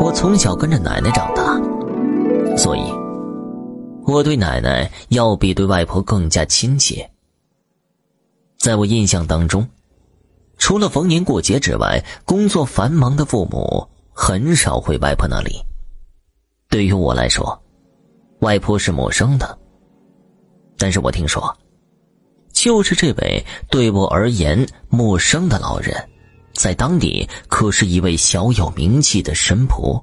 我从小跟着奶奶长大，所以我对奶奶要比对外婆更加亲切。在我印象当中，除了逢年过节之外，工作繁忙的父母很少回外婆那里。对于我来说，外婆是陌生的。但是我听说，就是这位对我而言陌生的老人，在当地可是一位小有名气的神婆。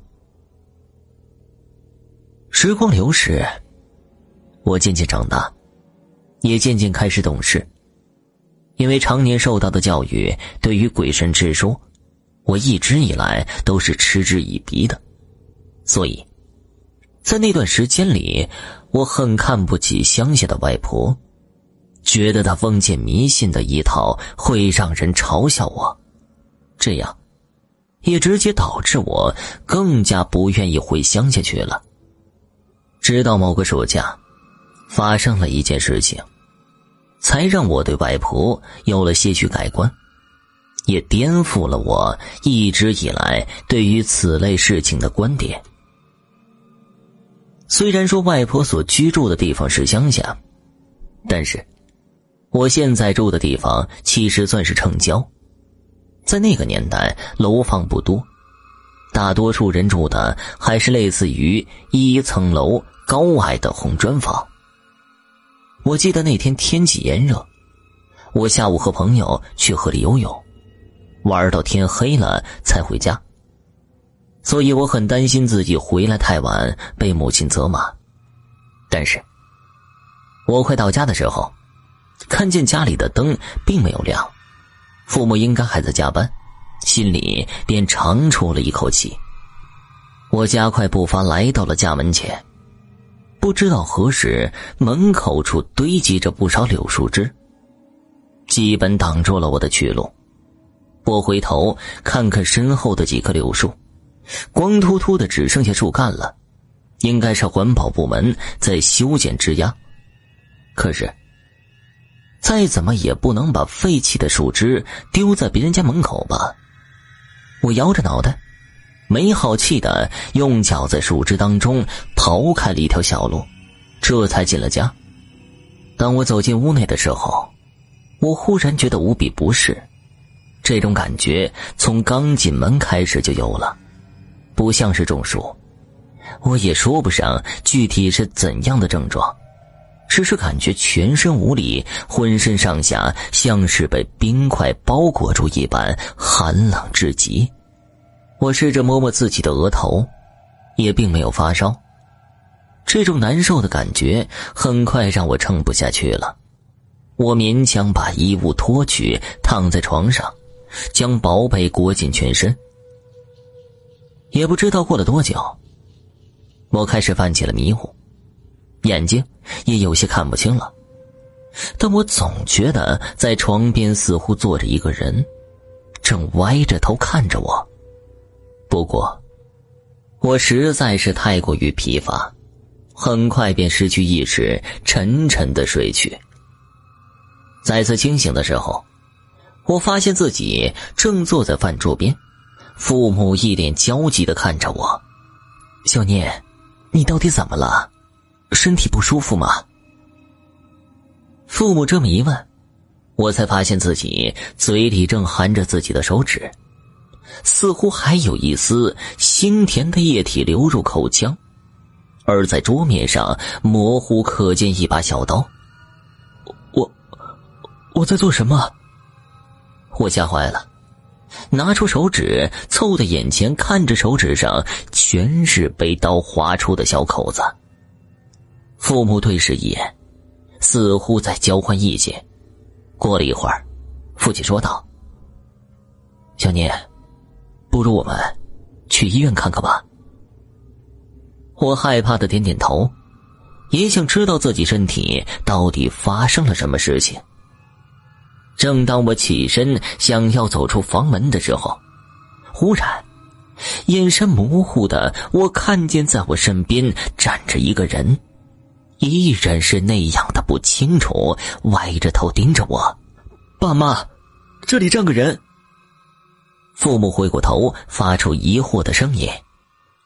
时光流逝，我渐渐长大，也渐渐开始懂事。因为常年受到的教育，对于鬼神之说，我一直以来都是嗤之以鼻的。所以在那段时间里，我很看不起乡下的外婆，觉得她封建迷信的一套会让人嘲笑我，这样也直接导致我更加不愿意回乡下去了。直到某个暑假，发生了一件事情，才让我对外婆有了些许改观，也颠覆了我一直以来对于此类事情的观点。虽然说外婆所居住的地方是乡下，但是我现在住的地方其实算是城郊。在那个年代，楼房不多，大多数人住的还是类似于一层楼高矮的红砖房。我记得那天天气炎热，我下午和朋友去河里游泳，玩到天黑了才回家，所以我很担心自己回来太晚被母亲责骂。但是我快到家的时候，看见家里的灯并没有亮，父母应该还在加班，心里便长出了一口气。我加快步伐来到了家门前，不知道何时，门口处堆积着不少柳树枝，基本挡住了我的去路。我回头看看身后的几棵柳树，光秃秃的只剩下树干了，应该是环保部门在修剪枝丫。可是再怎么也不能把废弃的树枝丢在别人家门口吧。我摇着脑袋，没好气的用脚在树枝当中刨开了一条小路，这才进了家。当我走进屋内的时候，我忽然觉得无比不适，这种感觉从刚进门开始就有了，不像是中暑，我也说不上具体是怎样的症状，只是感觉全身无力，浑身上下像是被冰块包裹住一般，寒冷至极。我试着摸摸自己的额头，也并没有发烧。这种难受的感觉很快让我撑不下去了，我勉强把衣物脱去，躺在床上，将薄被裹紧全身。也不知道过了多久，我开始犯起了迷糊，眼睛也有些看不清了，但我总觉得在床边似乎坐着一个人，正歪着头看着我。不过我实在是太过于疲乏，很快便失去意识，沉沉地睡去。再次清醒的时候，我发现自己正坐在饭桌边，父母一脸焦急地看着我。小念，你到底怎么了？身体不舒服吗？父母这么一问，我才发现自己嘴里正含着自己的手指，似乎还有一丝腥甜的液体流入口腔，而在桌面上模糊可见一把小刀。我在做什么？我吓坏了，拿出手指凑在眼前，看着手指上全是被刀划出的小口子。父母对视一眼，似乎在交换意见。过了一会儿，父亲说道：小念，不如我们去医院看看吧。我害怕的点点头，也想知道自己身体到底发生了什么事情。正当我起身想要走出房门的时候，忽然眼神模糊的我看见在我身边站着一个人，依然是那样的不清楚，歪着头盯着我。爸妈，这里站个人。父母回过头，发出疑惑的声音。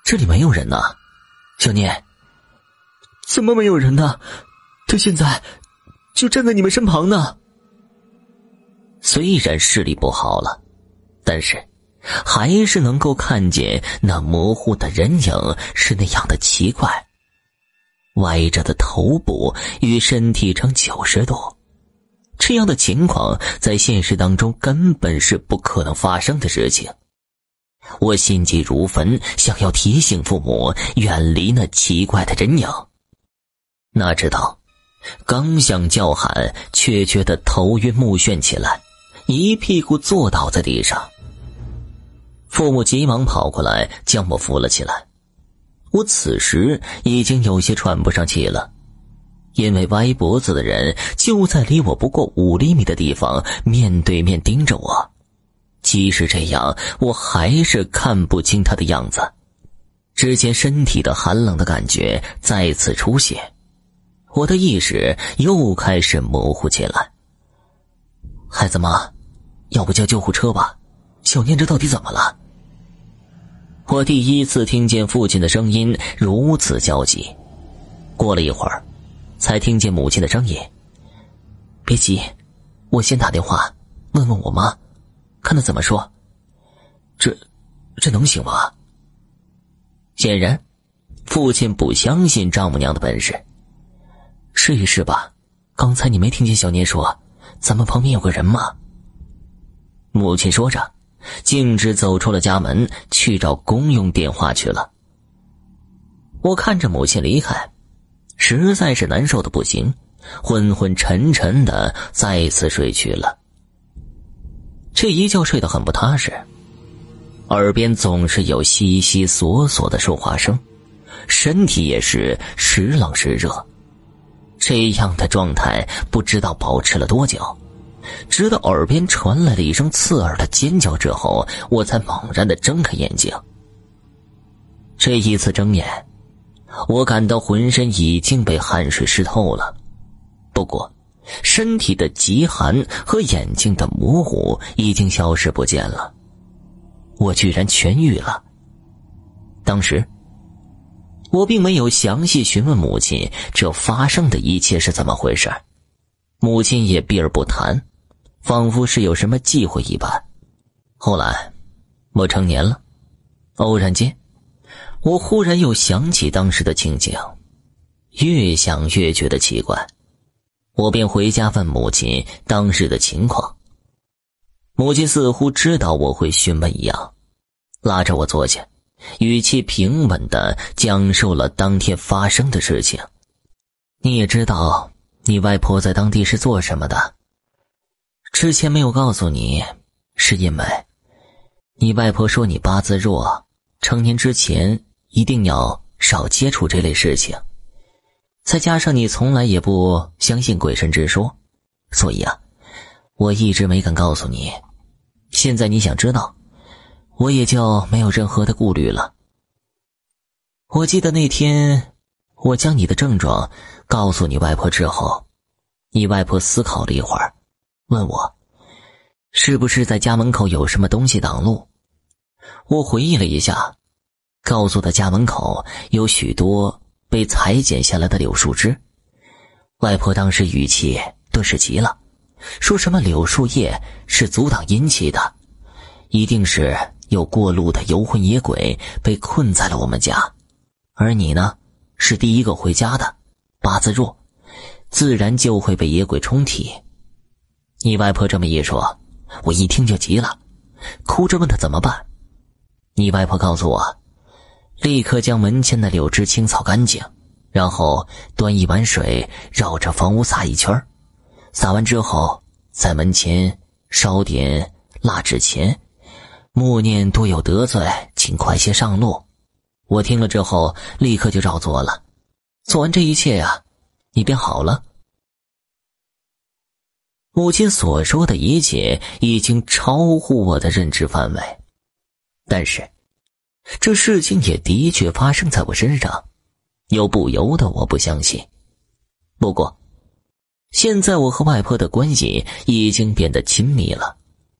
这里没有人呢。小念， 怎么没有人呢？他现在就站在你们身旁呢。 虽然视力不好了，但是还是能够看见那模糊的人影是那样的奇怪，歪着的头部与身体呈90度，这样的情况在现实当中根本是不可能发生的事情。我心急如焚，想要提醒父母远离那奇怪的人影，哪知道刚想叫喊，却觉得头晕目眩起来，一屁股坐倒在地上。父母急忙跑过来将我扶了起来，我此时已经有些喘不上气了，因为歪脖子的人就在离我不过5厘米的地方面对面盯着我，即使这样我还是看不清他的样子。之前身体的寒冷的感觉再次出现，我的意识又开始模糊起来。孩子妈，要不叫救护车吧，小念这到底怎么了？我第一次听见父亲的声音如此焦急，过了一会儿才听见母亲的声音。别急，我先打电话问问我妈，看她怎么说。这能行吗？显然父亲不相信丈母娘的本事。试一试吧，刚才你没听见小念说咱们旁边有个人吗？母亲说着径直走出了家门，去找公用电话去了。我看着母亲离开，实在是难受的不行，昏昏沉沉的再次睡去了。这一觉睡得很不踏实，耳边总是有悉悉索索的说话声，身体也是时冷时热。这样的状态不知道保持了多久，直到耳边传来了一声刺耳的尖叫之后，我才猛然地睁开眼睛。这一次睁眼，我感到浑身已经被汗水湿透了，不过身体的极寒和眼睛的模糊已经消失不见了，我居然痊愈了。当时我并没有详细询问母亲这发生的一切是怎么回事，母亲也避而不谈，仿佛是有什么忌讳一般。后来我成年了，偶然间我忽然又想起当时的情景，越想越觉得奇怪，我便回家问母亲当时的情况。母亲似乎知道我会询问一样，拉着我坐下，语气平稳地讲述了当天发生的事情。你也知道你外婆在当地是做什么的，之前没有告诉你，是因为你外婆说你八字弱，成年之前一定要少接触这类事情，再加上你从来也不相信鬼神之说，所以我一直没敢告诉你。现在你想知道，我也就没有任何的顾虑了。我记得那天我将你的症状告诉你外婆之后，你外婆思考了一会儿，问我是不是在家门口有什么东西挡路。我回忆了一下，告诉她家门口有许多被裁剪下来的柳树枝。外婆当时语气顿时急了，说什么柳树叶是阻挡阴气的，一定是有过路的游魂野鬼被困在了我们家，而你呢是第一个回家的，八字弱，自然就会被野鬼冲体。你外婆这么一说，我一听就急了，哭着问她怎么办。你外婆告诉我，立刻将门前的柳枝清扫干净，然后端一碗水绕着房屋撒一圈，撒完之后在门前烧点蜡纸钱，默念多有得罪，请快些上路。我听了之后立刻就照做了，做完这一切你便好了。母亲所说的一切已经超乎我的认知范围，但是这事情也的确发生在我身上，又不由得我不相信。不过现在我和外婆的关系已经变得亲密了，